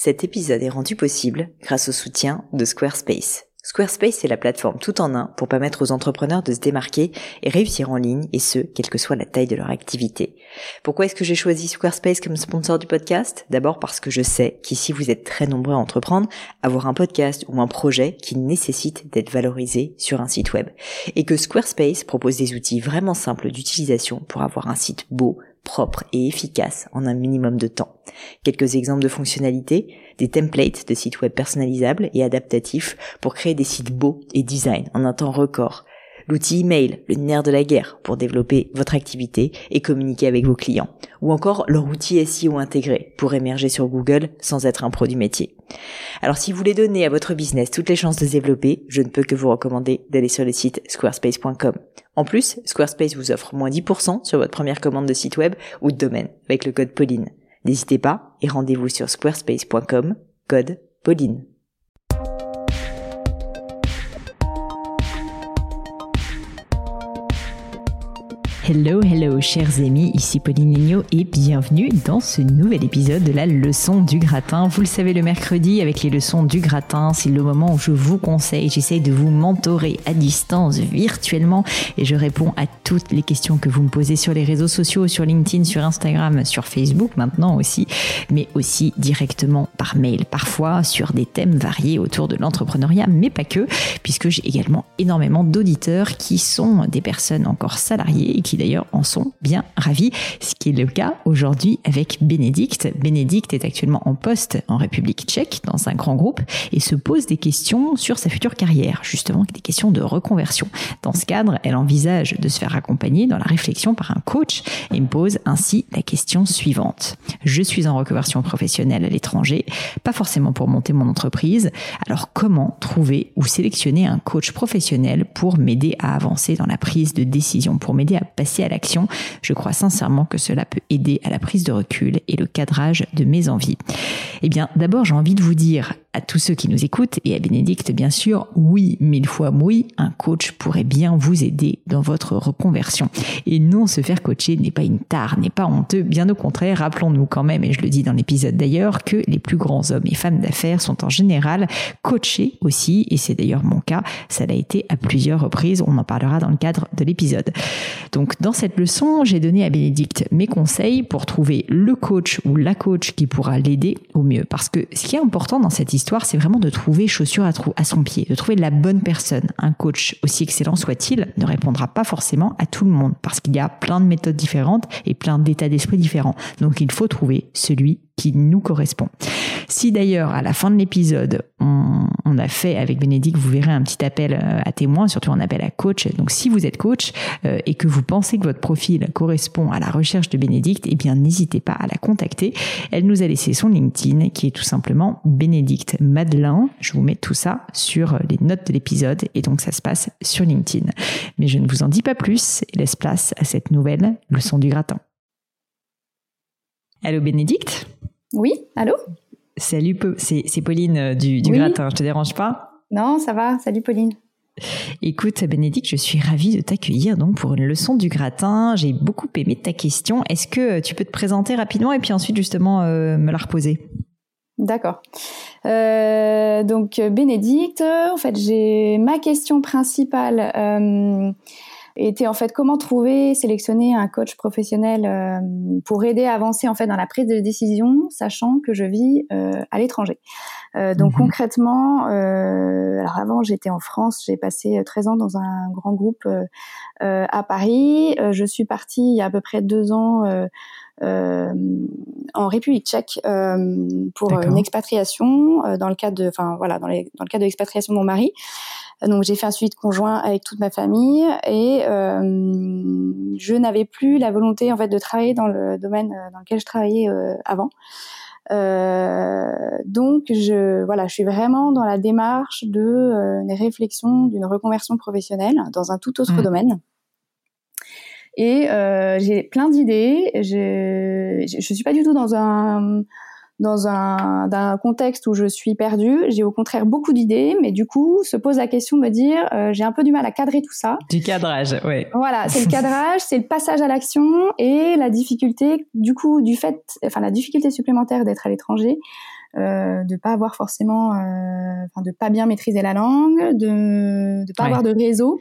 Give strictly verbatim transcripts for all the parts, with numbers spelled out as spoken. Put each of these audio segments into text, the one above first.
Cet épisode est rendu possible grâce au soutien de Squarespace. Squarespace est la plateforme tout en un pour permettre aux entrepreneurs de se démarquer et réussir en ligne, et ce, quelle que soit la taille de leur activité. Pourquoi est-ce que j'ai choisi Squarespace comme sponsor du podcast ? D'abord parce que je sais qu'ici vous êtes très nombreux à entreprendre, avoir un podcast ou un projet qui nécessite d'être valorisé sur un site web. Et que Squarespace propose des outils vraiment simples d'utilisation pour avoir un site beau, propre et efficace en un minimum de temps. Quelques exemples de fonctionnalités, des templates de sites web personnalisables et adaptatifs pour créer des sites beaux et design en un temps record. L'outil email, le nerf de la guerre pour développer votre activité et communiquer avec vos clients. Ou encore leur outil S E O intégré pour émerger sur Google sans être un pro du métier. Alors si vous voulez donner à votre business toutes les chances de se développer, je ne peux que vous recommander d'aller sur le site squarespace point com. En plus, Squarespace vous offre moins dix pour cent sur votre première commande de site web ou de domaine avec le code Pauline. N'hésitez pas et rendez-vous sur squarespace point com, code Pauline. Hello, hello, chers amis, ici Pauline Legnaud et bienvenue dans ce nouvel épisode de la leçon du gratin. Vous le savez, le mercredi, avec les leçons du gratin, c'est le moment où je vous conseille, j'essaye de vous mentorer à distance, virtuellement, et je réponds à toutes les questions que vous me posez sur les réseaux sociaux, sur LinkedIn, sur Instagram, sur Facebook maintenant aussi, mais aussi directement par mail, parfois sur des thèmes variés autour de l'entrepreneuriat, mais pas que, puisque j'ai également énormément d'auditeurs qui sont des personnes encore salariées et qui qui d'ailleurs en sont bien ravis, ce qui est le cas aujourd'hui avec Bénédicte. Bénédicte est actuellement en poste en République tchèque dans un grand groupe et se pose des questions sur sa future carrière, justement des questions de reconversion. Dans ce cadre, elle envisage de se faire accompagner dans la réflexion par un coach et me pose ainsi la question suivante. Je suis en reconversion professionnelle à l'étranger, pas forcément pour monter mon entreprise, alors comment trouver ou sélectionner un coach professionnel pour m'aider à avancer dans la prise de décision, pour m'aider à passer à l'action? Je crois sincèrement que cela peut aider à la prise de recul et le cadrage de mes envies. Eh bien, d'abord, j'ai envie de vous dire à tous ceux qui nous écoutent et à Bénédicte, bien sûr, oui, mille fois oui, un coach pourrait bien vous aider dans votre reconversion. Et non, se faire coacher n'est pas une tare, n'est pas honteux. Bien au contraire, rappelons-nous quand même, et je le dis dans l'épisode d'ailleurs, que les plus grands hommes et femmes d'affaires sont en général coachés aussi, et c'est d'ailleurs mon cas. Ça l'a été à plusieurs reprises. On en parlera dans le cadre de l'épisode. Donc, dans cette leçon, j'ai donné à Bénédicte mes conseils pour trouver le coach ou la coach qui pourra l'aider au mieux. Parce que ce qui est important dans cette histoire, c'est vraiment de trouver chaussure à, trou- à son pied, de trouver la bonne personne. Un coach, aussi excellent soit-il, ne répondra pas forcément à tout le monde parce qu'il y a plein de méthodes différentes et plein d'états d'esprit différents. Donc, il faut trouver celui qui nous correspond. Si d'ailleurs, à la fin de l'épisode, on, on a fait avec Bénédicte, vous verrez un petit appel à témoins, surtout un appel à coach. Donc, si vous êtes coach euh, et que vous pensez que votre profil correspond à la recherche de Bénédicte, eh bien, n'hésitez pas à la contacter. Elle nous a laissé son LinkedIn, qui est tout simplement Bénédicte Madelin. Je vous mets tout ça sur les notes de l'épisode et donc ça se passe sur LinkedIn. Mais je ne vous en dis pas plus et laisse place à cette nouvelle leçon du gratin. Allô Bénédicte ? Oui, allô ? Salut, c'est, c'est Pauline du, du oui. gratin, je te dérange pas ? Non, ça va, salut Pauline. Écoute Bénédicte, je suis ravie de t'accueillir donc pour une leçon du gratin. J'ai beaucoup aimé ta question. Est-ce que tu peux te présenter rapidement et puis ensuite justement euh, me la reposer ? D'accord. Euh, donc Bénédicte, en fait, j'ai ma question principale euh, était en fait comment trouver, sélectionner un coach professionnel euh, pour aider à avancer en fait dans la prise de décision, sachant que je vis euh, à l'étranger. Euh, donc mmh. concrètement, euh, alors avant j'étais en France, j'ai passé treize ans dans un grand groupe euh, euh, à Paris. Euh, je suis partie il y a à peu près deux ans euh, euh, en République tchèque euh, pour D'accord. une expatriation euh, dans le cadre de, enfin voilà, dans, les, dans le cadre de l'expatriation de mon mari. Donc j'ai fait un suivi de conjoint avec toute ma famille et euh, je n'avais plus la volonté en fait de travailler dans le domaine dans lequel je travaillais euh, avant. Euh, donc je voilà, je suis vraiment dans la démarche de euh, une réflexion d'une reconversion professionnelle dans un tout autre mmh. domaine. Et euh, j'ai plein d'idées. Je je suis pas du tout dans un dans un, d'un contexte où je suis perdue. J'ai au contraire beaucoup d'idées, mais du coup, se pose la question de me dire, euh, j'ai un peu du mal à cadrer tout ça. Du cadrage, oui. Voilà, c'est le cadrage, c'est le passage à l'action et la difficulté, du coup, du fait, enfin, la difficulté supplémentaire d'être à l'étranger, euh, de pas avoir forcément, enfin euh, de pas bien maîtriser la langue, de de pas ouais. avoir de réseau.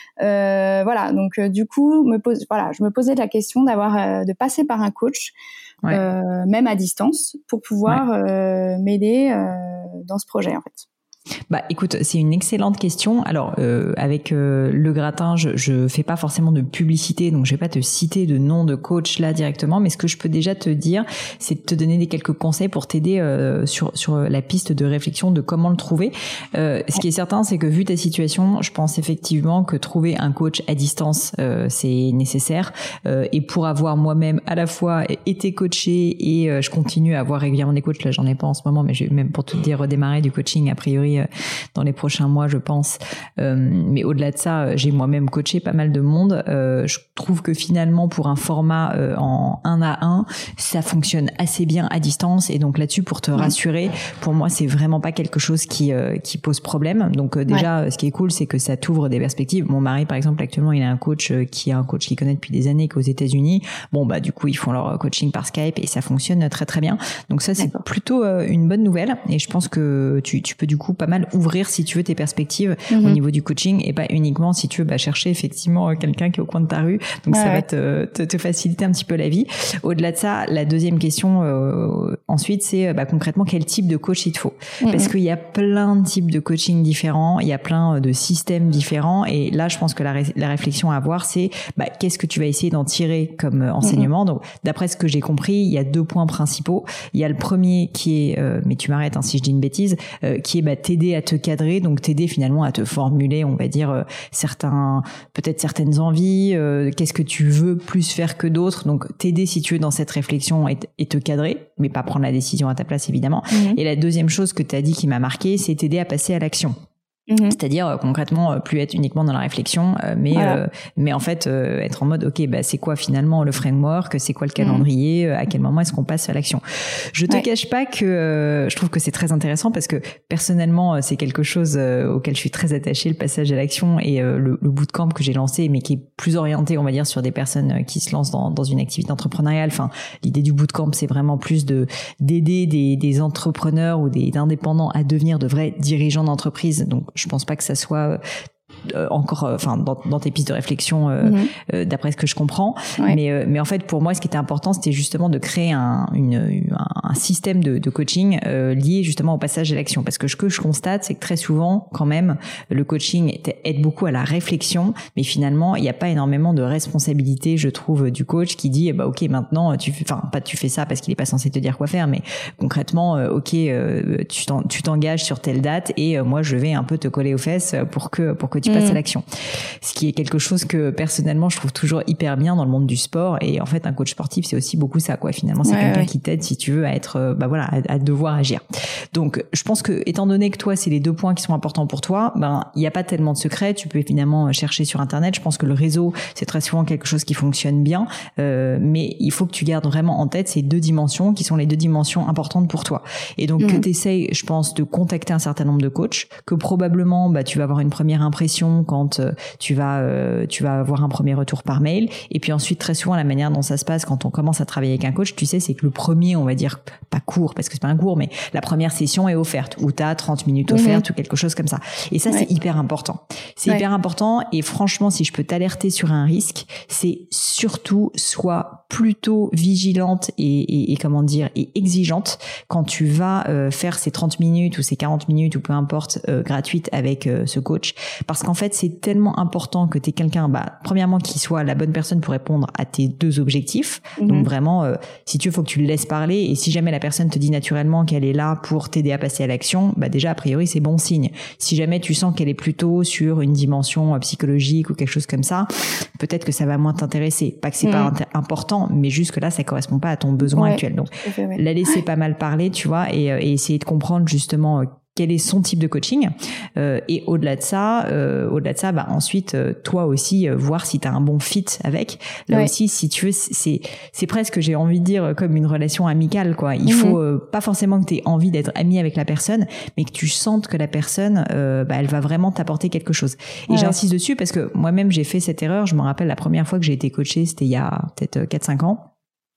Euh, voilà, donc euh, du coup, me pose, voilà, je me posais la question d'avoir, euh, de passer par un coach, ouais. euh, même à distance, pour pouvoir ouais. euh, m'aider euh, dans ce projet en fait. Bah, écoute, c'est une excellente question. Alors, euh, avec euh, le gratin, je, je fais pas forcément de publicité, donc je vais pas te citer de nom de coach là directement, mais ce que je peux déjà te dire, c'est de te donner des quelques conseils pour t'aider euh, sur sur la piste de réflexion de comment le trouver. Euh, ce qui est certain, c'est que vu ta situation, je pense effectivement que trouver un coach à distance, euh, c'est nécessaire. Euh, et pour avoir moi-même à la fois été coachée et euh, je continue à avoir régulièrement des coachs, là j'en ai pas en ce moment, mais j'ai même pour tout dire redémarrer du coaching a priori dans les prochains mois, je pense. Euh, mais au-delà de ça, j'ai moi-même coaché pas mal de monde. Euh, je trouve que finalement, pour un format euh, en un à un, ça fonctionne assez bien à distance. Et donc là-dessus, pour te rassurer, pour moi, c'est vraiment pas quelque chose qui euh, qui pose problème. Donc euh, déjà, ouais. ce qui est cool, c'est que ça t'ouvre des perspectives. Mon mari, par exemple, actuellement, il a un coach euh, qui est un coach qu'il connaît depuis des années, qu'aux États-Unis. Bon, bah du coup, ils font leur coaching par Skype et ça fonctionne très très bien. Donc ça, c'est D'accord. plutôt euh, une bonne nouvelle. Et je pense que tu tu peux du coup pas mal ouvrir si tu veux tes perspectives mmh. au niveau du coaching et pas uniquement si tu veux bah, chercher effectivement quelqu'un qui est au coin de ta rue, donc ouais, ça ouais. va te, te, te faciliter un petit peu la vie. Au-delà de ça, la deuxième question euh, ensuite c'est bah, concrètement quel type de coach il te faut, mmh. parce qu'il y a plein de types de coaching différents, il y a plein de systèmes différents et là je pense que la, ré- la réflexion à avoir c'est bah, qu'est-ce que tu vas essayer d'en tirer comme euh, enseignement. mmh. Donc d'après ce que j'ai compris, il y a deux points principaux. Il y a le premier qui est euh, mais tu m'arrêtes hein, si je dis une bêtise, euh, qui est bah, t'aider à te cadrer, donc t'aider finalement à te formuler, on va dire, euh, certains, peut-être certaines envies, euh, qu'est-ce que tu veux plus faire que d'autres, donc t'aider si tu veux dans cette réflexion et, et te cadrer, mais pas prendre la décision à ta place évidemment. Mmh. Et la deuxième chose que t'as dit qui m'a marqué, c'est t'aider à passer à l'action. Mmh. C'est-à-dire euh, concrètement euh, plus être uniquement dans la réflexion euh, mais voilà. euh, mais en fait euh, être en mode ok bah c'est quoi finalement le framework, c'est quoi le calendrier, mmh. euh, à quel moment est-ce qu'on passe à l'action. Je te ouais. cache pas que euh, je trouve que c'est très intéressant parce que personnellement euh, c'est quelque chose euh, auquel je suis très attachée, le passage à l'action et euh, le, le bootcamp que j'ai lancé mais qui est plus orienté on va dire sur des personnes euh, qui se lancent dans, dans une activité entrepreneuriale. Enfin l'idée du bootcamp c'est vraiment plus de d'aider des, des entrepreneurs ou des indépendants à devenir de vrais dirigeants d'entreprise. Donc je pense pas que ça soit euh, encore enfin euh, dans, dans tes pistes de réflexion euh, mmh. euh, d'après ce que je comprends ouais. mais euh, mais en fait pour moi ce qui était important c'était justement de créer un une un, un système de, de coaching euh, lié justement au passage à l'action parce que ce que je constate c'est que très souvent quand même le coaching aide beaucoup à la réflexion mais finalement il n'y a pas énormément de responsabilité je trouve du coach qui dit bah ok maintenant tu enfin pas tu fais ça parce qu'il est pas censé te dire quoi faire mais concrètement euh, ok euh, tu t'en, tu t'engages sur telle date et euh, moi je vais un peu te coller aux fesses pour que pour que tu passes mmh. à l'action. Ce qui est quelque chose que personnellement je trouve toujours hyper bien dans le monde du sport et en fait un coach sportif c'est aussi beaucoup ça quoi finalement c'est ouais, quelqu'un ouais. qui t'aide si tu veux à être bah voilà à, à devoir agir. Donc je pense que étant donné que toi c'est les deux points qui sont importants pour toi, ben il y a pas tellement de secrets, tu peux évidemment chercher sur internet, je pense que le réseau c'est très souvent quelque chose qui fonctionne bien euh, mais il faut que tu gardes vraiment en tête ces deux dimensions qui sont les deux dimensions importantes pour toi. Et donc mmh. que tu essayes je pense de contacter un certain nombre de coachs que probablement bah tu vas avoir une première impression quand euh, tu vas euh, tu vas avoir un premier retour par mail et puis ensuite très souvent la manière dont ça se passe quand on commence à travailler avec un coach, tu sais c'est que le premier on va dire pas court parce que c'est pas un cours mais la première session est offerte où tu as trente minutes offertes mmh. ou quelque chose comme ça. Et ça ouais. c'est hyper important. C'est ouais. hyper important et franchement si je peux t'alerter sur un risque, c'est surtout sois plutôt vigilante et, et, et comment dire et exigeante quand tu vas euh, faire ces trente minutes ou ces quarante minutes ou peu importe euh, gratuites avec euh, ce coach parce qu'en fait c'est tellement important que tu aies quelqu'un bah premièrement qui soit la bonne personne pour répondre à tes deux objectifs. Mmh. Donc vraiment euh, si tu veux faut que tu le laisses parler et si jamais la personne te dit naturellement qu'elle est là pour t'aider à passer à l'action, bah déjà a priori c'est bon signe. Si jamais tu sens qu'elle est plutôt sur une dimension euh, psychologique ou quelque chose comme ça, peut-être que ça va moins t'intéresser. Pas que c'est mmh. pas inter- important mais juste que là ça correspond pas à ton besoin ouais, actuel. Donc fait, ouais. la laisser pas mal parler tu vois et, et essayer de comprendre justement quel est son type de coaching euh, et au-delà de ça euh, au-delà de ça bah ensuite euh, toi aussi euh, voir si tu as un bon fit avec là ouais. aussi si tu veux c'est c'est presque j'ai envie de dire comme une relation amicale quoi. Il mm-hmm. faut euh, pas forcément que tu aies envie d'être ami avec la personne mais que tu sentes que la personne euh, bah elle va vraiment t'apporter quelque chose. Et ouais. j'insiste dessus parce que moi-même j'ai fait cette erreur, je me rappelle la première fois que j'ai été coachée, c'était il y a peut-être quatre cinq ans.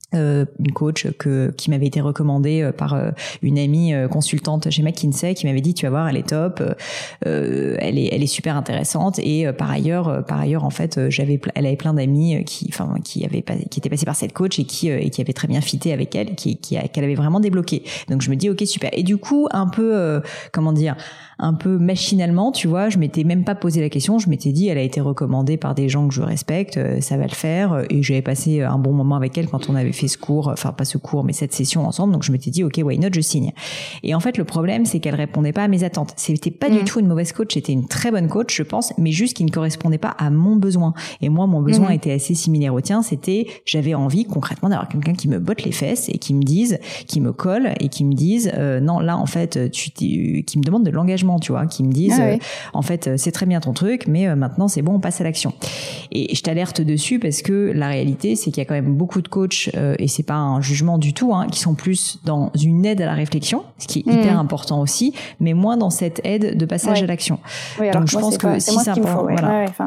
Euh, une coach que qui m'avait été recommandée euh, par euh, une amie euh, consultante chez McKinsey qui m'avait dit tu vas voir elle est top, euh, elle est elle est super intéressante et euh, par ailleurs euh, par ailleurs en fait euh, j'avais elle avait plein d'amis qui enfin qui avaient pas, qui étaient passés par cette coach et qui euh, et qui avaient très bien fité avec elle, qui qui qu'elle avait vraiment débloqué. Donc je me dis ok super. Et du coup un peu euh, comment dire un peu machinalement, tu vois, je m'étais même pas posé la question, je m'étais dit elle a été recommandée par des gens que je respecte, ça va le faire, et j'avais passé un bon moment avec elle quand on avait fait ce cours, enfin pas ce cours mais cette session ensemble, donc je m'étais dit ok why not, je signe. Et en fait le problème c'est qu'elle répondait pas à mes attentes. C'était pas mmh. du tout une mauvaise coach, c'était une très bonne coach je pense, mais juste qui ne correspondait pas à mon besoin. Et moi mon besoin mmh. était assez similaire au tien, c'était j'avais envie concrètement d'avoir quelqu'un qui me botte les fesses et qui me dise, qui me colle et qui me dise euh, non là en fait tu qui me demande de l'engagement, tu vois, qui me disent ah, oui. euh, en fait c'est très bien ton truc mais euh, maintenant c'est bon on passe à l'action. Et je t'alerte dessus parce que la réalité c'est qu'il y a quand même beaucoup de coachs euh, et c'est pas un jugement du tout hein, qui sont plus dans une aide à la réflexion, ce qui est mmh. hyper important aussi, mais moins dans cette aide de passage ouais. à l'action. Oui, alors, donc je pense que pas, si c'est important ouais. voilà. ouais, ouais,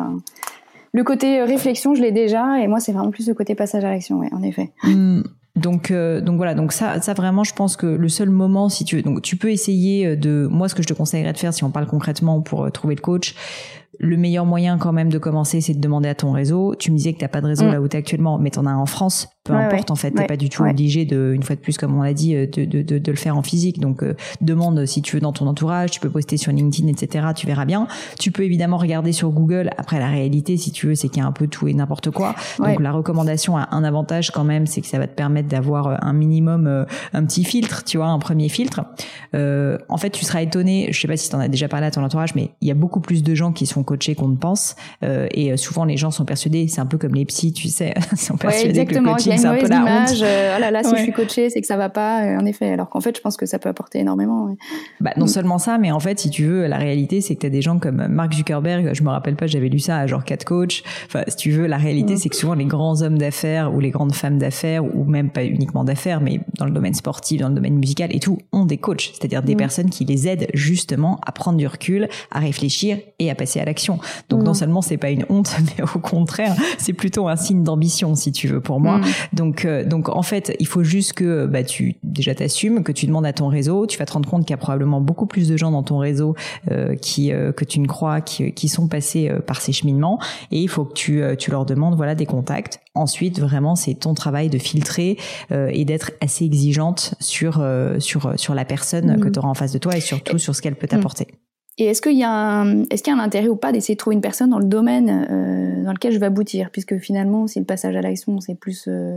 le côté réflexion je l'ai déjà et moi c'est vraiment plus le côté passage à l'action ouais, en effet. Mmh. Donc euh, donc voilà, donc ça ça vraiment je pense que le seul moment si tu veux, donc tu peux essayer de, moi ce que je te conseillerais de faire si on parle concrètement pour euh, trouver le coach, le meilleur moyen quand même de commencer c'est de demander à ton réseau. Tu me disais que t'as pas de réseau mmh. là où t'es actuellement, mais t'en as un en France, peu ouais, importe ouais, en fait, t'es ouais, pas du tout ouais. obligé de, une fois de plus comme on l'a dit, de, de, de, de le faire en physique. Donc euh, demande si tu veux dans ton entourage, tu peux poster sur LinkedIn, et cetera. Tu verras bien. Tu peux évidemment regarder sur Google. Après la réalité, si tu veux, c'est qu'il y a un peu tout et n'importe quoi. Donc ouais. la recommandation a un avantage quand même, c'est que ça va te permettre d'avoir un minimum, euh, un petit filtre, tu vois, un premier filtre. Euh, en fait, tu seras étonné. Je sais pas si t'en as déjà parlé à ton entourage, mais il y a beaucoup plus de gens qui sont coachés qu'on ne pense. Euh, et souvent les gens sont persuadés, c'est un peu comme les psys, tu sais, ils sont persuadés ouais, que le coaching c'est un peu la image, honte. Euh, oh là là, si ouais. je suis coachée, c'est que ça va pas, euh, en effet. Alors qu'en fait, je pense que ça peut apporter énormément. Ouais. Bah non mmh. seulement ça, mais en fait, si tu veux, la réalité, c'est que t'as des gens comme Mark Zuckerberg. Je me rappelle pas, j'avais lu ça à genre quatre coachs. Enfin, si tu veux, la réalité, mmh. c'est que souvent les grands hommes d'affaires ou les grandes femmes d'affaires, ou même pas uniquement d'affaires, mais dans le domaine sportif, dans le domaine musical et tout, ont des coachs, c'est-à-dire des mmh. personnes qui les aident justement à prendre du recul, à réfléchir et à passer à l'action. Donc mmh. non seulement c'est pas une honte, mais au contraire, c'est plutôt un signe d'ambition, si tu veux, pour moi. Mmh. Donc, euh, donc en fait, il faut juste que bah tu déjà t'assumes, que tu demandes à ton réseau. Tu vas te rendre compte qu'il y a probablement beaucoup plus de gens dans ton réseau euh, qui euh, que tu ne crois, qui, qui sont passés euh, par ces cheminements. Et il faut que tu euh, tu leur demandes voilà des contacts. Ensuite, vraiment, c'est ton travail de filtrer euh, et d'être assez exigeante sur euh, sur sur la personne mmh. que tu auras en face de toi et surtout sur ce qu'elle peut t'apporter. Mmh. Et est-ce qu'il y a un, est-ce qu'il y a un intérêt ou pas d'essayer de trouver une personne dans le domaine euh, dans lequel je vais aboutir, puisque finalement, si le passage à l'action c'est plus euh,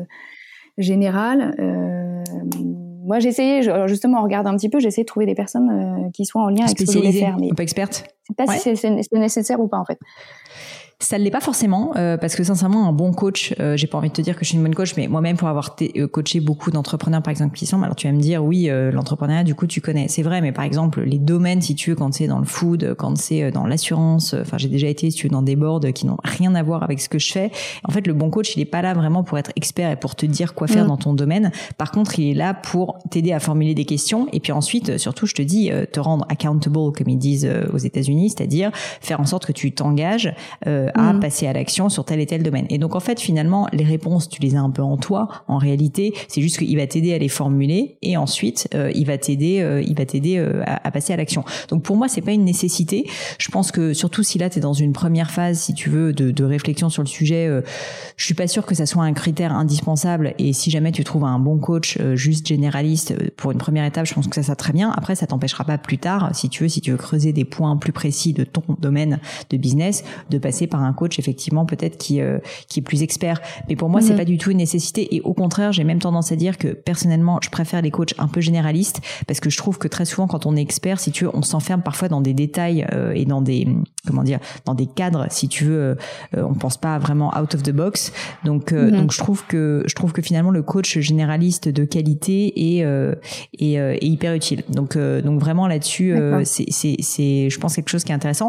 général, euh, moi j'ai essayé, alors justement on regarde un petit peu, j'ai essayé de trouver des personnes euh, qui soient en lien avec ce que je voulais faire, mais un peu experte. Je sais pas ouais. si c'est, c'est, c'est nécessaire ou pas en fait. Ça ne l'est pas forcément euh, parce que sincèrement un bon coach, euh, j'ai pas envie de te dire que je suis une bonne coach, mais moi-même pour avoir t- euh, coaché beaucoup d'entrepreneurs par exemple qui sont, alors tu vas me dire oui euh, l'entrepreneuriat du coup tu connais, c'est vrai, mais par exemple les domaines si tu veux quand c'est dans le food, quand c'est dans l'assurance, enfin j'ai déjà été si tu veux dans des boards qui n'ont rien à voir avec ce que je fais. En fait le bon coach il est pas là vraiment pour être expert et pour te dire quoi faire mmh. dans ton domaine. Par contre il est là pour t'aider à formuler des questions et puis ensuite surtout je te dis euh, te rendre accountable comme ils disent euh, aux États-Unis, c'est-à-dire faire en sorte que tu t'engages euh, à mmh. passer à l'action sur tel et tel domaine. Et donc en fait finalement les réponses tu les as un peu en toi. En réalité c'est juste qu'il va t'aider à les formuler et ensuite euh, il va t'aider, euh, il va t'aider euh, à, à passer à l'action. Donc pour moi c'est pas une nécessité. Je pense que surtout si là t'es dans une première phase si tu veux de, de réflexion sur le sujet, euh, je suis pas sûre que ça soit un critère indispensable. Et si jamais tu trouves un bon coach euh, juste généraliste euh, pour une première étape, je pense que ça ça très bien. Après ça t'empêchera pas plus tard si tu veux si tu veux creuser des points plus précis de ton domaine de business de passer par un coach effectivement peut-être qui euh, qui est plus expert, mais pour moi mmh. c'est pas du tout une nécessité et au contraire j'ai même tendance à dire que personnellement je préfère les coachs un peu généralistes parce que je trouve que très souvent quand on est expert si tu veux on s'enferme parfois dans des détails euh, et dans des comment dire dans des cadres si tu veux euh, on pense pas vraiment out of the box donc euh, mmh. donc je trouve que je trouve que finalement le coach généraliste de qualité est euh, est, euh, est hyper utile donc euh, donc vraiment là-dessus euh, c'est c'est c'est je pense quelque chose qui est intéressant.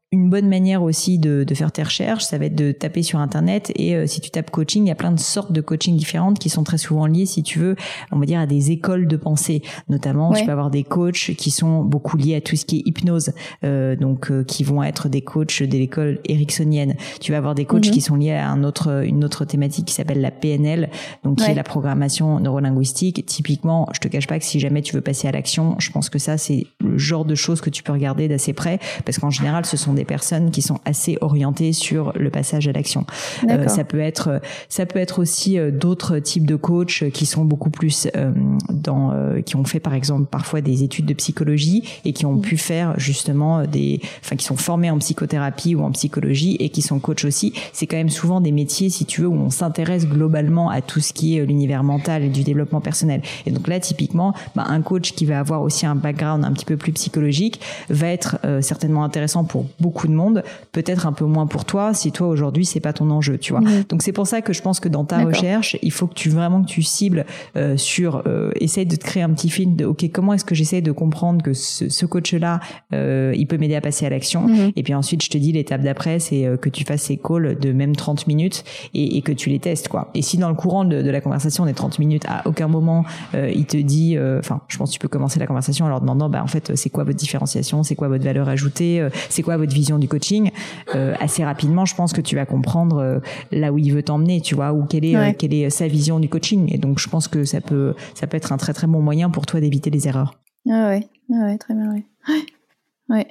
une bonne manière aussi de, de faire tes recherches, ça va être de taper sur Internet et euh, si tu tapes coaching, il y a plein de sortes de coaching différentes qui sont très souvent liées, si tu veux, on va dire à des écoles de pensée. Notamment, ouais. tu peux avoir des coachs qui sont beaucoup liés à tout ce qui est hypnose, euh, donc euh, qui vont être des coachs de l'école ericksonienne. Tu vas avoir des coachs mm-hmm. qui sont liés à un autre, une autre thématique qui s'appelle la P N L, donc ouais. qui est la programmation neurolinguistique. Typiquement, je te cache pas que si jamais tu veux passer à l'action, je pense que ça c'est le genre de choses que tu peux regarder d'assez près, parce qu'en général, ce sont des personnes qui sont assez orientées sur le passage à l'action. Euh, ça peut être, ça peut être aussi euh, d'autres types de coachs qui sont beaucoup plus euh, dans, euh, qui ont fait par exemple parfois des études de psychologie et qui ont mmh. pu faire justement des, enfin qui sont formés en psychothérapie ou en psychologie et qui sont coachs aussi. C'est quand même souvent des métiers, si tu veux, où on s'intéresse globalement à tout ce qui est l'univers mental et du développement personnel. Et donc là, typiquement, bah, un coach qui va avoir aussi un background un petit peu plus psychologique va être euh, certainement intéressant pour beaucoup de monde, peut-être un peu moins pour toi si toi aujourd'hui c'est pas ton enjeu, tu vois. Mmh. Donc c'est pour ça que je pense que dans ta D'accord. recherche, il faut que tu vraiment que tu cibles euh, sur euh, essaye de te créer un petit film de OK, comment est-ce que j'essaie de comprendre que ce, ce coach là euh, il peut m'aider à passer à l'action mmh. et puis ensuite je te dis l'étape d'après c'est euh, que tu fasses ces calls de même trente minutes et, et que tu les testes quoi. Et si dans le courant de, de la conversation des trente minutes à aucun moment euh, il te dit enfin euh, je pense que tu peux commencer la conversation en leur demandant bah en fait c'est quoi votre différenciation, c'est quoi votre valeur ajoutée, euh, c'est quoi votre vision du coaching, euh, assez rapidement je pense que tu vas comprendre euh, là où il veut t'emmener, tu vois, ou quelle est ouais. euh, quelle est sa vision du coaching. Et donc je pense que ça peut ça peut être un très très bon moyen pour toi d'éviter les erreurs. Ah ouais, ah ouais, très bien, ouais. Ouais.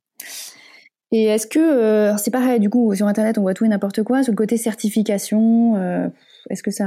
Et est-ce que euh, c'est pareil du coup sur internet on voit tout et n'importe quoi sur le côté certification, euh, est-ce que ça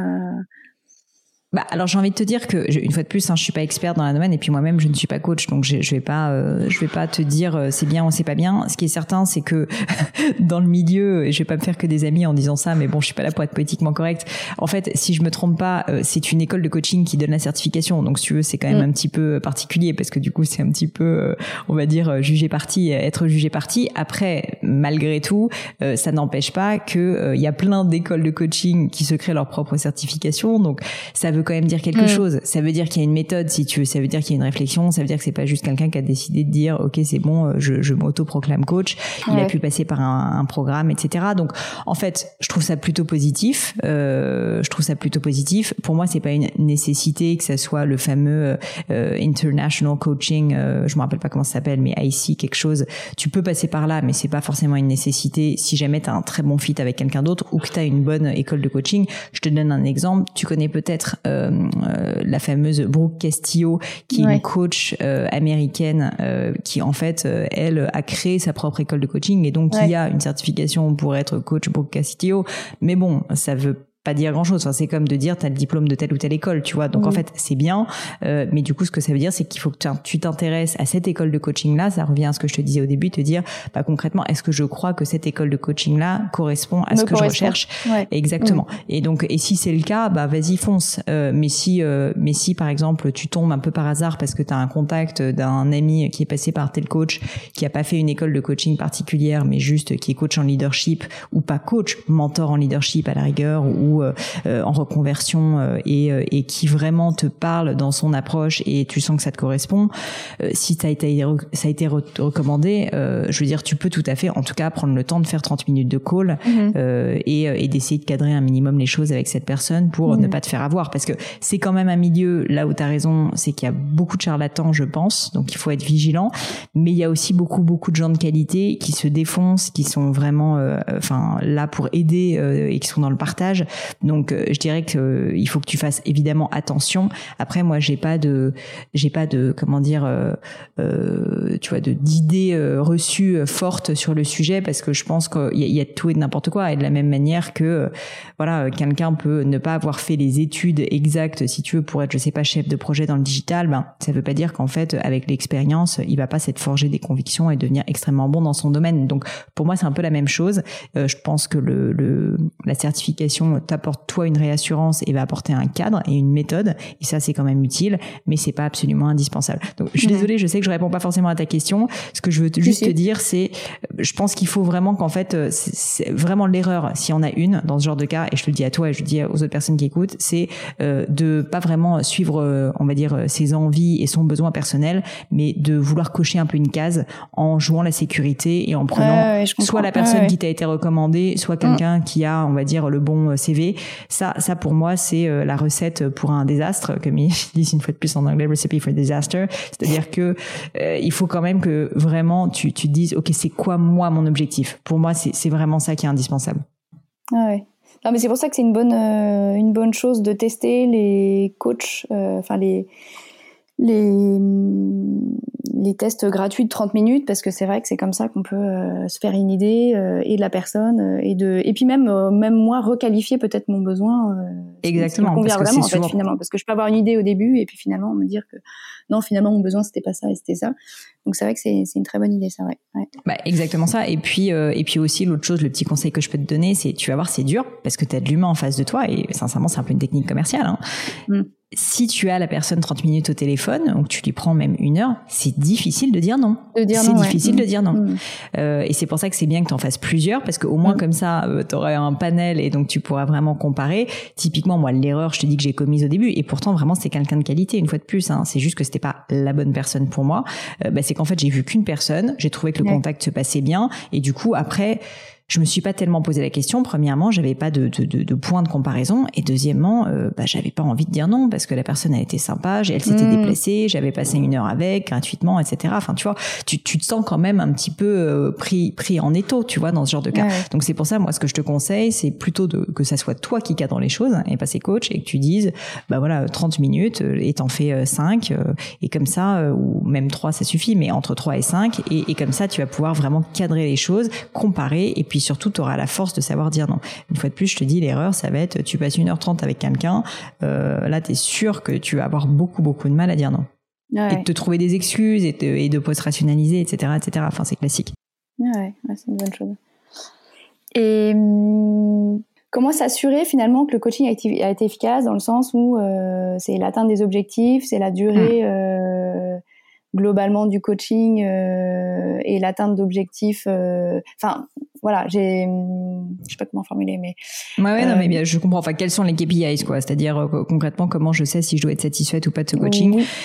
Bah alors j'ai envie de te dire que je, une fois de plus hein, je suis pas experte dans le domaine et puis moi-même je ne suis pas coach donc je, je vais pas euh, je vais pas te dire euh, c'est bien ou c'est pas bien. Ce qui est certain c'est que dans le milieu, je vais pas me faire que des amis en disant ça, mais bon je suis pas là pour être politiquement correcte. En fait si je me trompe pas euh, c'est une école de coaching qui donne la certification, donc si tu veux c'est quand même mmh. un petit peu particulier parce que du coup c'est un petit peu euh, on va dire juger parti, être jugé parti. Après malgré tout euh, ça n'empêche pas que il euh, y a plein d'écoles de coaching qui se créent leur propre certification, donc ça veut quand même dire quelque mmh. chose. Ça veut dire qu'il y a une méthode, si tu veux. Ça veut dire qu'il y a une réflexion. Ça veut dire que c'est pas juste quelqu'un qui a décidé de dire, ok, c'est bon, je, je m'auto-proclame coach. Il ouais. a pu passer par un, un programme, et cetera. Donc, en fait, je trouve ça plutôt positif. Euh, je trouve ça plutôt positif. Pour moi, c'est pas une nécessité que ça soit le fameux euh, International Coaching. Euh, je me rappelle pas comment ça s'appelle, mais I C quelque chose. Tu peux passer par là, mais c'est pas forcément une nécessité. Si jamais t'as un très bon fit avec quelqu'un d'autre ou que t'as une bonne école de coaching, je te donne un exemple. Tu connais peut-être euh, Euh, la fameuse Brooke Castillo qui est ouais. une coach euh, américaine euh, qui en fait euh, elle a créé sa propre école de coaching et donc ouais. il y a une certification pour être coach Brooke Castillo, mais bon ça veut pas dire grand chose. Enfin, c'est comme de dire t'as le diplôme de telle ou telle école, tu vois. Donc mmh. en fait c'est bien, euh, mais du coup ce que ça veut dire c'est qu'il faut que tu t'intéresses à cette école de coaching là. Ça revient à ce que je te disais au début, te dire bah concrètement est-ce que je crois que cette école de coaching là correspond à Me ce que correspond. je recherche. Ouais. Exactement. Mmh. Et donc et si c'est le cas, bah vas-y fonce. Euh, mais si euh, mais si par exemple tu tombes un peu par hasard parce que t'as un contact d'un ami qui est passé par tel coach, qui a pas fait une école de coaching particulière, mais juste qui est coach en leadership ou pas coach, mentor en leadership à la rigueur ou Euh, en reconversion euh, et, euh, et qui vraiment te parle dans son approche et tu sens que ça te correspond, euh, si ça a été, ça a été re- recommandé, euh, je veux dire, tu peux tout à fait, en tout cas, prendre le temps de faire trente minutes de call mmh. euh, et, et d'essayer de cadrer un minimum les choses avec cette personne pour mmh. ne pas te faire avoir, parce que c'est quand même un milieu, là où tu as raison, c'est qu'il y a beaucoup de charlatans, je pense, donc il faut être vigilant, mais il y a aussi beaucoup, beaucoup de gens de qualité qui se défoncent, qui sont vraiment euh, enfin, là pour aider euh, et qui sont dans le partage. Donc euh, je dirais que euh, il faut que tu fasses évidemment attention. Après moi j'ai pas de j'ai pas de comment dire euh, euh, tu vois de d'idées euh, reçues euh, fortes sur le sujet, parce que je pense qu'il y a, il y a de tout et de n'importe quoi, et de la même manière que euh, voilà quelqu'un peut ne pas avoir fait les études exactes si tu veux pour être je sais pas chef de projet dans le digital, ben ça veut pas dire qu'en fait avec l'expérience il va pas s'être forgé des convictions et devenir extrêmement bon dans son domaine. Donc pour moi c'est un peu la même chose. Euh, je pense que le, le la certification t'apporte toi une réassurance et va apporter un cadre et une méthode, et ça c'est quand même utile, mais c'est pas absolument indispensable. Donc je suis mmh. désolée, je sais que je réponds pas forcément à ta question. Ce que je veux te, juste te dire c'est je pense qu'il faut vraiment qu'en fait, c'est, c'est vraiment l'erreur, s'il y en a une dans ce genre de cas, et je te le dis à toi et je le dis aux autres personnes qui écoutent, c'est euh, de pas vraiment suivre, euh, on va dire, ses envies et son besoin personnel, mais de vouloir cocher un peu une case en jouant la sécurité et en prenant ouais, ouais, soit la personne ouais, ouais. qui t'a été recommandée, soit quelqu'un mmh. qui a, on va dire, le bon C V. Ça, ça pour moi, c'est euh, la recette pour un désastre, comme ils disent une fois de plus en anglais, recipe for disaster. C'est-à-dire que euh, il faut quand même que vraiment tu, tu te dises, ok, c'est quoi moi mon objectif? Pour moi, c'est, c'est vraiment ça qui est indispensable. Ah ouais. Non, mais c'est pour ça que c'est une bonne, euh, une bonne chose de tester les coachs, euh, enfin les, les, les tests gratuits de trente minutes, parce que c'est vrai que c'est comme ça qu'on peut euh, se faire une idée euh, et de la personne euh, et de, et puis même, euh, même moi requalifier peut-être mon besoin. Euh, Exactement. Ce qui me convient parce que vraiment, c'est en fait, souvent... finalement, parce que je peux avoir une idée au début et puis finalement me dire que non, finalement mon besoin c'était pas ça et c'était ça. Donc c'est vrai que c'est, c'est une très bonne idée, ça, ouais. ouais. Bah exactement ça. Et puis euh, et puis aussi l'autre chose, le petit conseil que je peux te donner, c'est tu vas voir, c'est dur parce que t'as de l'humain en face de toi et sincèrement c'est un peu une technique commerciale. Hein. Mm. Si tu as la personne trente minutes au téléphone, ou que tu lui prends même une heure, c'est difficile de dire non. De dire c'est non, difficile ouais. de dire non. Mmh. Euh, et c'est pour ça que c'est bien que tu en fasses plusieurs, parce qu'au moins mmh. comme ça, euh, tu auras un panel et donc tu pourras vraiment comparer. Typiquement, moi, l'erreur, je te dis que j'ai commise au début, et pourtant vraiment c'est quelqu'un de qualité, une fois de plus. Hein, c'est juste que c'était pas la bonne personne pour moi. Euh, bah, c'est qu'en fait j'ai vu qu'une personne, j'ai trouvé que le ouais. contact se passait bien, et du coup après. Je me suis pas tellement posé la question. Premièrement, j'avais pas de, de, de, de point de comparaison. Et deuxièmement, euh, bah, j'avais pas envie de dire non parce que la personne, elle était sympa, elle s'était mmh. déplacée, j'avais passé une heure avec, gratuitement, et cetera. Enfin, tu vois, tu, tu te sens quand même un petit peu euh, pris, pris en étau, tu vois, dans ce genre de cas. Ouais. Donc, c'est pour ça, moi, ce que je te conseille, c'est plutôt de, que ça soit toi qui cadre les choses et pas ses coachs, et que tu dises, bah voilà, trente minutes, et t'en fais cinq, euh, et comme ça, euh, ou même trois, ça suffit, mais entre trois et cinq, et, et comme ça, tu vas pouvoir vraiment cadrer les choses, comparer, et puis Puis surtout, tu auras la force de savoir dire non. Une fois de plus, je te dis, l'erreur, ça va être, tu passes une heure trente avec quelqu'un, euh, là, tu es sûr que tu vas avoir beaucoup, beaucoup de mal à dire non. Ouais. Et de te trouver des excuses et de, et de post-rationaliser, et cetera, et cetera. Enfin, c'est classique. Ouais, ouais, c'est une bonne chose. Et hum, comment s'assurer finalement que le coaching a été, a été efficace dans le sens où euh, c'est l'atteinte des objectifs, c'est la durée... Hum. Euh, globalement du coaching euh, et l'atteinte d'objectifs enfin euh, voilà j'ai je sais pas comment formuler mais ouais, ouais euh, non mais bien je comprends, enfin quels sont les K P Is quoi, c'est-à-dire euh, concrètement comment je sais si je dois être satisfaite ou pas de ce coaching. Oui.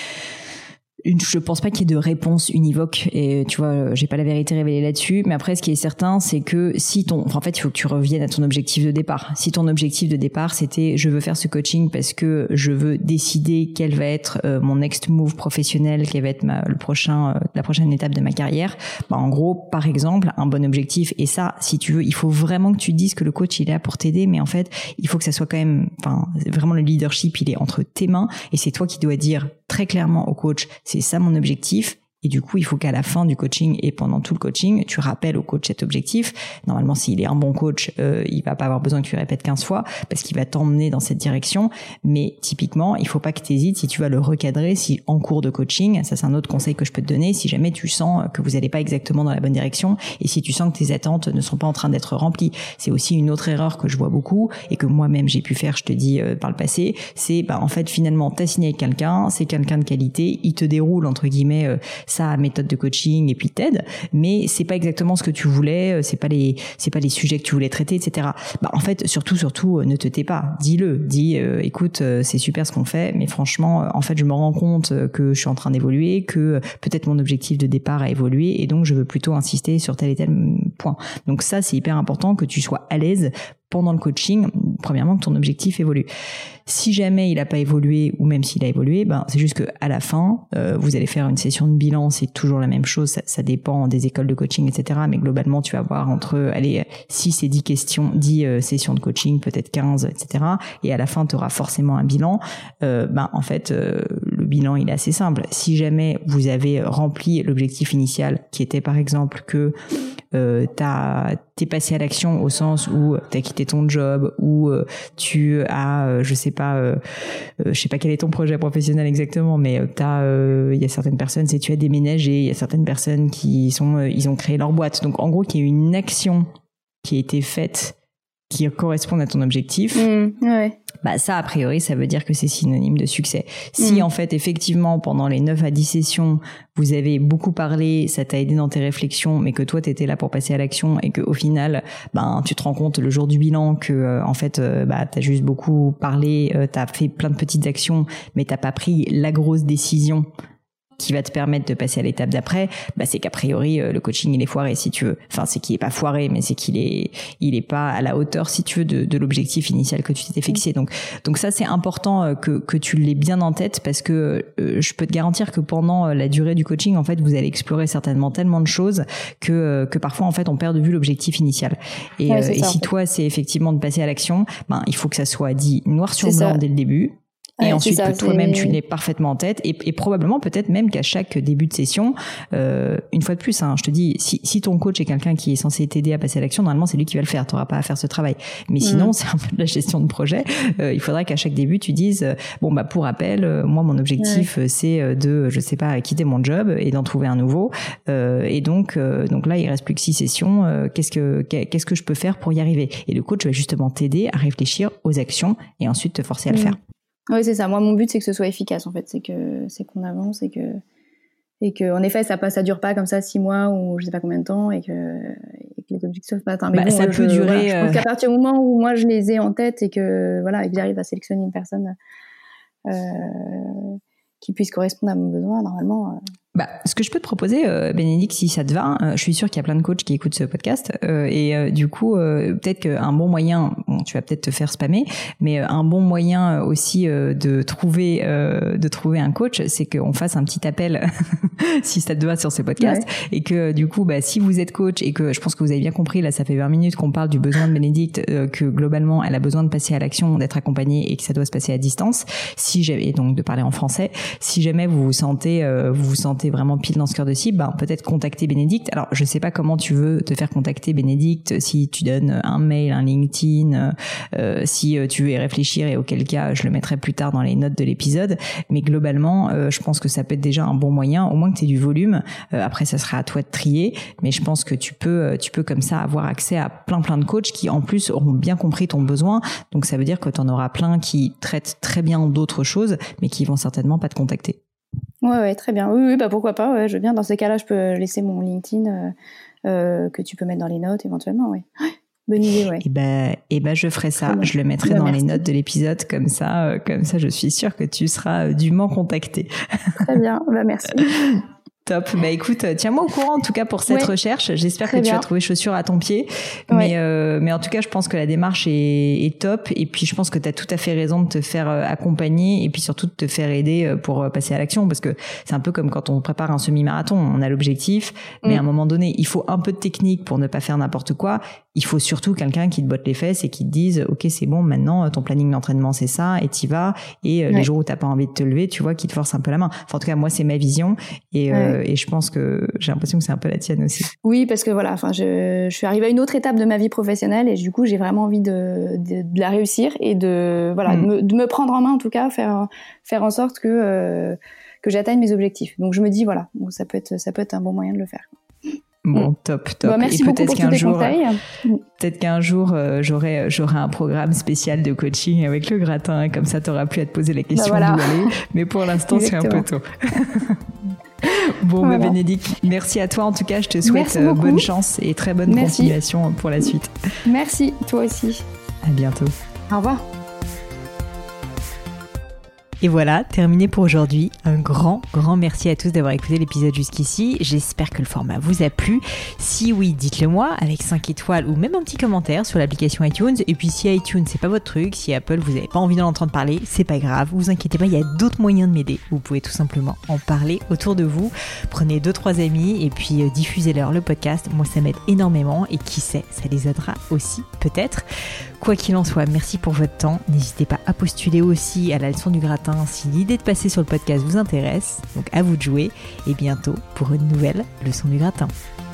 Une, je pense pas qu'il y ait de réponse univoque et tu vois, j'ai pas la vérité révélée là-dessus, mais après ce qui est certain c'est que si ton, enfin, en fait il faut que tu reviennes à ton objectif de départ. Si ton objectif de départ c'était je veux faire ce coaching parce que je veux décider quel va être euh, mon next move professionnel, quelle va être ma, le prochain, euh, la prochaine étape de ma carrière, bah en gros par exemple un bon objectif, et ça si tu veux il faut vraiment que tu te dises que le coach il est là pour t'aider, mais en fait il faut que ça soit quand même, enfin vraiment le leadership il est entre tes mains et c'est toi qui dois dire très clairement au coach, c'est ça mon objectif. Et du coup, il faut qu'à la fin du coaching et pendant tout le coaching, tu rappelles au coach cet objectif. Normalement, s'il est un bon coach, euh, il va pas avoir besoin que tu répètes quinze fois parce qu'il va t'emmener dans cette direction. Mais typiquement, il faut pas que tu hésites si tu vas le recadrer, si en cours de coaching, ça c'est un autre conseil que je peux te donner, si jamais tu sens que vous allez pas exactement dans la bonne direction et si tu sens que tes attentes ne sont pas en train d'être remplies. C'est aussi une autre erreur que je vois beaucoup et que moi-même j'ai pu faire, je te dis, euh, par le passé. C'est, bah, en fait, finalement, t'as signé avec quelqu'un, c'est quelqu'un de qualité, il te déroule, entre guillemets, euh, sa méthode de coaching et puis t'aide, mais c'est pas exactement ce que tu voulais, c'est pas les c'est pas les sujets que tu voulais traiter, et cetera. Bah en fait surtout surtout ne te tais pas, dis-le, dis euh, écoute euh, c'est super ce qu'on fait, mais franchement euh, en fait je me rends compte que je suis en train d'évoluer, que euh, peut-être mon objectif de départ a évolué et donc je veux plutôt insister sur tel et tel point. Donc ça c'est hyper important que tu sois à l'aise pendant le coaching, premièrement que ton objectif évolue. Si jamais il n'a pas évolué ou même s'il a évolué, ben c'est juste que à la fin, euh, vous allez faire une session de bilan, c'est toujours la même chose, ça, ça dépend des écoles de coaching, et cetera. Mais globalement, tu vas avoir entre allez six et dix questions, dix euh, sessions de coaching, peut-être quinze, et cetera. Et à la fin, tu auras forcément un bilan. Euh, ben en fait, euh, le bilan il est assez simple. Si jamais vous avez rempli l'objectif initial, qui était par exemple que euh, t'as t'es passé à l'action au sens où t'as quitté ton job, ou euh, tu as euh, je sais pas euh, euh, je sais pas quel est ton projet professionnel exactement, mais t'as il euh, y a certaines personnes, c'est tu as déménagé, il y a certaines personnes qui sont euh, ils ont créé leur boîte, donc en gros qu'il y a une action qui a été faite qui corresponde à ton objectif. Mmh, ouais. bah ça a priori ça veut dire que c'est synonyme de succès. Si mmh. en fait effectivement pendant les neuf à dix sessions vous avez beaucoup parlé, ça t'a aidé dans tes réflexions, mais que toi t'étais là pour passer à l'action et que au final ben tu te rends compte le jour du bilan que euh, en fait euh, bah t'as juste beaucoup parlé, euh, t'as fait plein de petites actions mais t'as pas pris la grosse décision qui va te permettre de passer à l'étape d'après, bah c'est qu'a priori euh, le coaching il est foiré si tu veux. Enfin c'est qu'il est pas foiré, mais c'est qu'il est il est pas à la hauteur si tu veux de, de l'objectif initial que tu t'étais fixé. Donc donc ça c'est important euh, que que tu l'aies bien en tête parce que euh, je peux te garantir que pendant euh, la durée du coaching en fait vous allez explorer certainement tellement de choses que euh, que parfois en fait on perd de vue l'objectif initial. Et, ouais, euh, et ça, si en fait. toi c'est effectivement de passer à l'action, ben il faut que ça soit dit noir sur blanc dès le début. Et ouais, ensuite ça, que toi-même tu l'aies parfaitement en tête et, et probablement peut-être même qu'à chaque début de session, euh, une fois de plus, hein, je te dis, si, si ton coach est quelqu'un qui est censé t'aider à passer à l'action, normalement c'est lui qui va le faire, t'auras pas à faire ce travail. Mais sinon, mmh. c'est un peu de la gestion de projet. Euh, il faudrait qu'à chaque début tu dises, euh, bon bah pour rappel, euh, moi mon objectif ouais. c'est de, je sais pas, quitter mon job et d'en trouver un nouveau. Euh, et donc, euh, donc là il reste plus que six sessions. Euh, qu'est-ce que qu'est-ce que je peux faire pour y arriver? Et le coach va justement t'aider à réfléchir aux actions et ensuite te forcer à mmh. le faire. Oui, c'est ça. Moi, mon but, c'est que ce soit efficace, en fait. C'est que, c'est qu'on avance et que, et que, en effet, ça pas, ça dure pas comme ça six mois ou je sais pas combien de temps et que, et que les objectifs soient pas atteints. Mais bah, bon, ça je, peut durer. Voilà, je pense qu'à partir du moment où moi, je les ai en tête et que, voilà, et que j'arrive à sélectionner une personne, euh, qui puisse correspondre à mon besoin, normalement. Euh... Bah, ce que je peux te proposer, euh, Bénédicte, si ça te va, euh, je suis sûre qu'il y a plein de coachs qui écoutent ce podcast, euh, et euh, du coup, euh, peut-être qu'un bon moyen, bon, tu vas peut-être te faire spammer, mais euh, un bon moyen aussi euh, de trouver, euh, de trouver un coach, c'est qu'on fasse un petit appel, si ça te va, sur ce podcast, ouais. et que du coup, bah, si vous êtes coach et que je pense que vous avez bien compris, là, ça fait vingt minutes qu'on parle du besoin de Bénédicte, euh, que globalement, elle a besoin de passer à l'action, d'être accompagnée et que ça doit se passer à distance. Si j'avais et donc de parler en français, si jamais vous vous sentez, euh, vous vous sentez vraiment pile dans ce cœur de cible, ben, peut-être contacter Bénédicte. Alors, je sais pas comment tu veux te faire contacter Bénédicte, si tu donnes un mail, un LinkedIn, euh, si tu veux y réfléchir et auquel cas, je le mettrai plus tard dans les notes de l'épisode. Mais globalement, euh, je pense que ça peut être déjà un bon moyen, au moins que tu aies du volume. Euh, après, ça sera à toi de trier. Mais je pense que tu peux, tu peux comme ça avoir accès à plein plein de coachs qui, en plus, auront bien compris ton besoin. Donc, ça veut dire que tu en auras plein qui traitent très bien d'autres choses, mais qui vont certainement pas te contacter. Ouais, ouais, très bien. Oui, oui, bah pourquoi pas. Ouais, je veux bien. Dans ces cas-là, je peux laisser mon LinkedIn euh, euh, que tu peux mettre dans les notes éventuellement. Oui. Bonne idée, ouais. Et ben, et ben, je ferai ça. Je le mettrai bah, dans merci. les notes de l'épisode, comme ça, euh, comme ça, je suis sûre que tu seras euh, dûment contactée. Très bien. Bah merci. Top. Bah écoute, tiens-moi au courant en tout cas pour cette ouais. recherche. J'espère Très que bien. tu vas trouver chaussure à ton pied. Ouais. Mais euh, mais en tout cas, je pense que la démarche est, est top. Et puis je pense que tu as tout à fait raison de te faire accompagner et puis surtout de te faire aider pour passer à l'action, parce que c'est un peu comme quand on prépare un semi-marathon. On a l'objectif, mais mm. à un moment donné, il faut un peu de technique pour ne pas faire n'importe quoi. Il faut surtout quelqu'un qui te botte les fesses et qui te dise ok, c'est bon, maintenant ton planning d'entraînement c'est ça et t'y vas. Et ouais. les jours où t'as pas envie de te lever, tu vois, qui te force un peu la main. Enfin, en tout cas, moi c'est ma vision et ouais. euh, et je pense que j'ai l'impression que c'est un peu la tienne aussi. Oui, parce que voilà, enfin, je, je suis arrivée à une autre étape de ma vie professionnelle et du coup, j'ai vraiment envie de, de, de la réussir et de voilà, mm. de, me, de me prendre en main en tout cas, faire faire en sorte que euh, que j'atteigne mes objectifs. Donc je me dis voilà, bon, ça peut être ça peut être un bon moyen de le faire. Bon, top, top. Bon, merci et beaucoup peut-être pour qu'un jour, conseils. peut-être qu'un jour, euh, j'aurai, j'aurai un programme spécial de coaching avec le gratin. Comme ça, t'auras plus à te poser la question bah voilà. d'où aller. Mais pour l'instant, c'est un peu tôt. Bon, voilà. bah, Bénédicte, merci à toi. En tout cas, je te souhaite euh, bonne chance et très bonne merci. continuation pour la suite. Merci, toi aussi. À bientôt. Au revoir. Et voilà, terminé pour aujourd'hui. Un grand, grand merci à tous d'avoir écouté l'épisode jusqu'ici. J'espère que le format vous a plu. Si oui, dites-le moi avec cinq étoiles ou même un petit commentaire sur l'application iTunes. Et puis si iTunes, c'est pas votre truc, si Apple, vous n'avez pas envie d'en entendre parler, c'est pas grave. Vous inquiétez pas, il y a d'autres moyens de m'aider. Vous pouvez tout simplement en parler autour de vous. Prenez deux, trois amis et puis euh, diffusez-leur le podcast. Moi, ça m'aide énormément et qui sait, ça les aidera aussi, peut-être. Quoi qu'il en soit, merci pour votre temps. N'hésitez pas à postuler aussi à la leçon du gratin si l'idée de passer sur le podcast vous intéresse. Donc à vous de jouer et bientôt pour une nouvelle leçon du gratin.